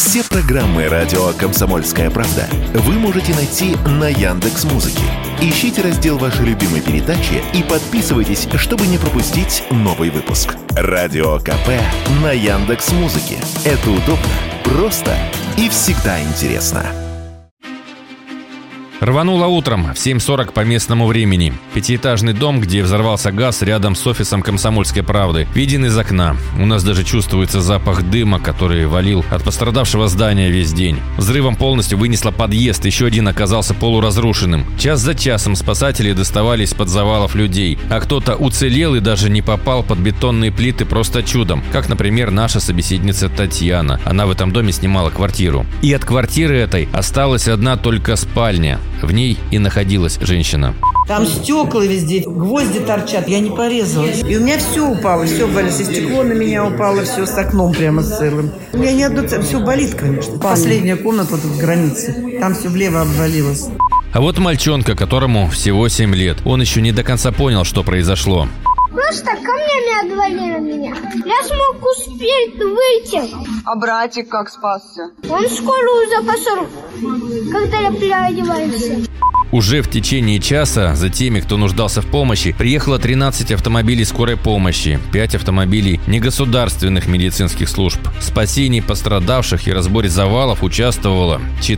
Все программы радио «Комсомольская правда» вы можете найти на Яндекс.Музыке. Ищите раздел вашей любимой передачи и подписывайтесь, чтобы не пропустить новый выпуск. Радио КП на Яндекс.Музыке. Это удобно, просто и всегда интересно. Рвануло утром в 7:40 по местному времени. Пятиэтажный дом, где взорвался газ, рядом с офисом «Комсомольской правды», виден из окна. У нас даже чувствуется запах дыма, который валил от пострадавшего здания весь день. Взрывом полностью вынесло подъезд, еще один оказался полуразрушенным. Час за часом спасатели доставали из-под завалов людей, а кто-то уцелел и даже не попал под бетонные плиты просто чудом, как, например, наша собеседница Татьяна. Она в этом доме снимала квартиру. И от квартиры этой осталась одна только спальня. В ней и находилась женщина. Там стекла везде, гвозди торчат, я не порезалась. И у меня все упало, все болит. И стекло на меня упало, все с окном прямо целым. У меня не одно, все болит, конечно. Последняя комната тут в границе, там все влево обвалилось. А вот мальчонка, которому всего 7 лет. Он еще не до конца понял, что произошло. Просто камнями отвалили меня. Я смог успеть выйти. А братик как спасся? Он в школу уже пошел, когда я переодевался. Уже в течение часа за теми, кто нуждался в помощи, приехало 13 автомобилей скорой помощи, 5 автомобилей негосударственных медицинских служб. В спасении пострадавших и разборе завалов участвовало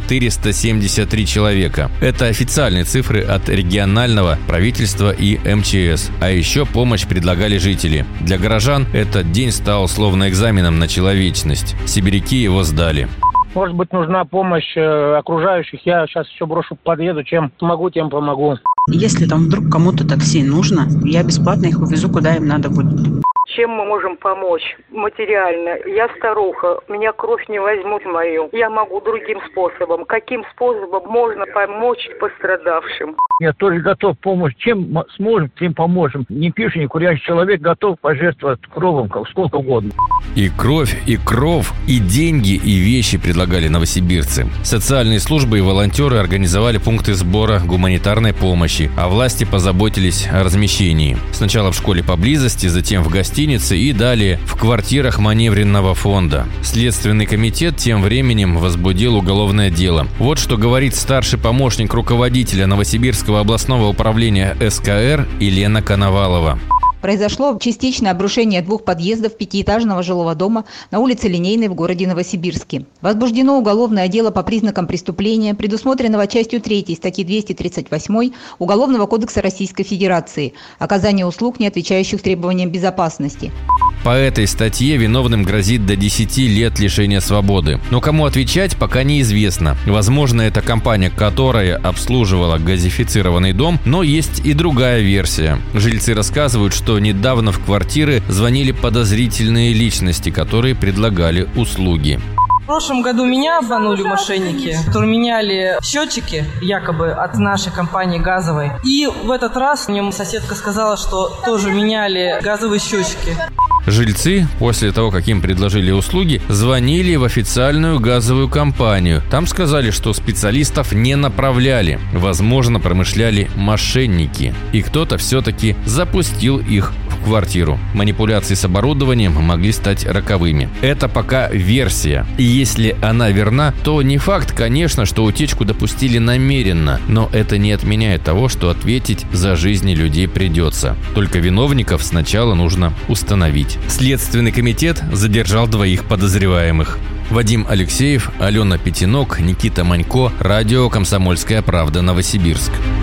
473 человека. Это официальные цифры от регионального правительства и МЧС. А еще помощь предлагали жители. Для горожан этот день стал словно экзаменом на человечность. Сибиряки его сдали. Может быть, нужна помощь окружающих. Я сейчас еще брошу, подъеду. Чем смогу, тем помогу. Если там вдруг кому-то такси нужно, я бесплатно их увезу, куда им надо будет. Чем мы можем помочь материально? Я старуха, меня кровь не возьмут мою. Я могу другим способом. Каким способом можно помочь пострадавшим? Я тоже готов помочь. Чем сможем, тем поможем. Не пьющий, не курящий человек готов пожертвовать кровом, сколько угодно. И кровь, и кров, и деньги, и вещи предлагали новосибирцы. Социальные службы и волонтеры организовали пункты сбора гуманитарной помощи, а власти позаботились о размещении. Сначала в школе поблизости, затем в гостинице и далее в квартирах маневренного фонда. Следственный комитет тем временем возбудил уголовное дело. Вот что говорит старший помощник руководителя Новосибирского областного управления СКР Елена Коновалова. Произошло частичное обрушение 2 подъездов пятиэтажного жилого дома на улице Линейной в городе Новосибирске. Возбуждено уголовное дело по признакам преступления, предусмотренного частью 3 статьи 238 Уголовного кодекса Российской Федерации «Оказание услуг, не отвечающих требованиям безопасности». По этой статье виновным грозит до 10 лет лишения свободы. Но кому отвечать, пока неизвестно. Возможно, это компания, которая обслуживала газифицированный дом, но есть и другая версия. Жильцы рассказывают, что недавно в квартиры звонили подозрительные личности, которые предлагали услуги. В прошлом году меня обманули мошенники, которые меняли счетчики, якобы от нашей компании газовой. И в этот раз мне соседка сказала, что тоже меняли газовые счетчики. Жильцы, после того, как им предложили услуги, звонили в официальную газовую компанию. Там сказали, что специалистов не направляли. Возможно, промышляли мошенники. И кто-то все-таки запустил их в квартиру. Манипуляции с оборудованием могли стать роковыми. Это пока версия. И если она верна, то не факт, конечно, что утечку допустили намеренно. Но это не отменяет того, что ответить за жизни людей придется. Только виновников сначала нужно установить. Следственный комитет задержал 2 подозреваемых. Вадим Алексеев, Алена Пятинок, Никита Манько, радио «Комсомольская правда», Новосибирск.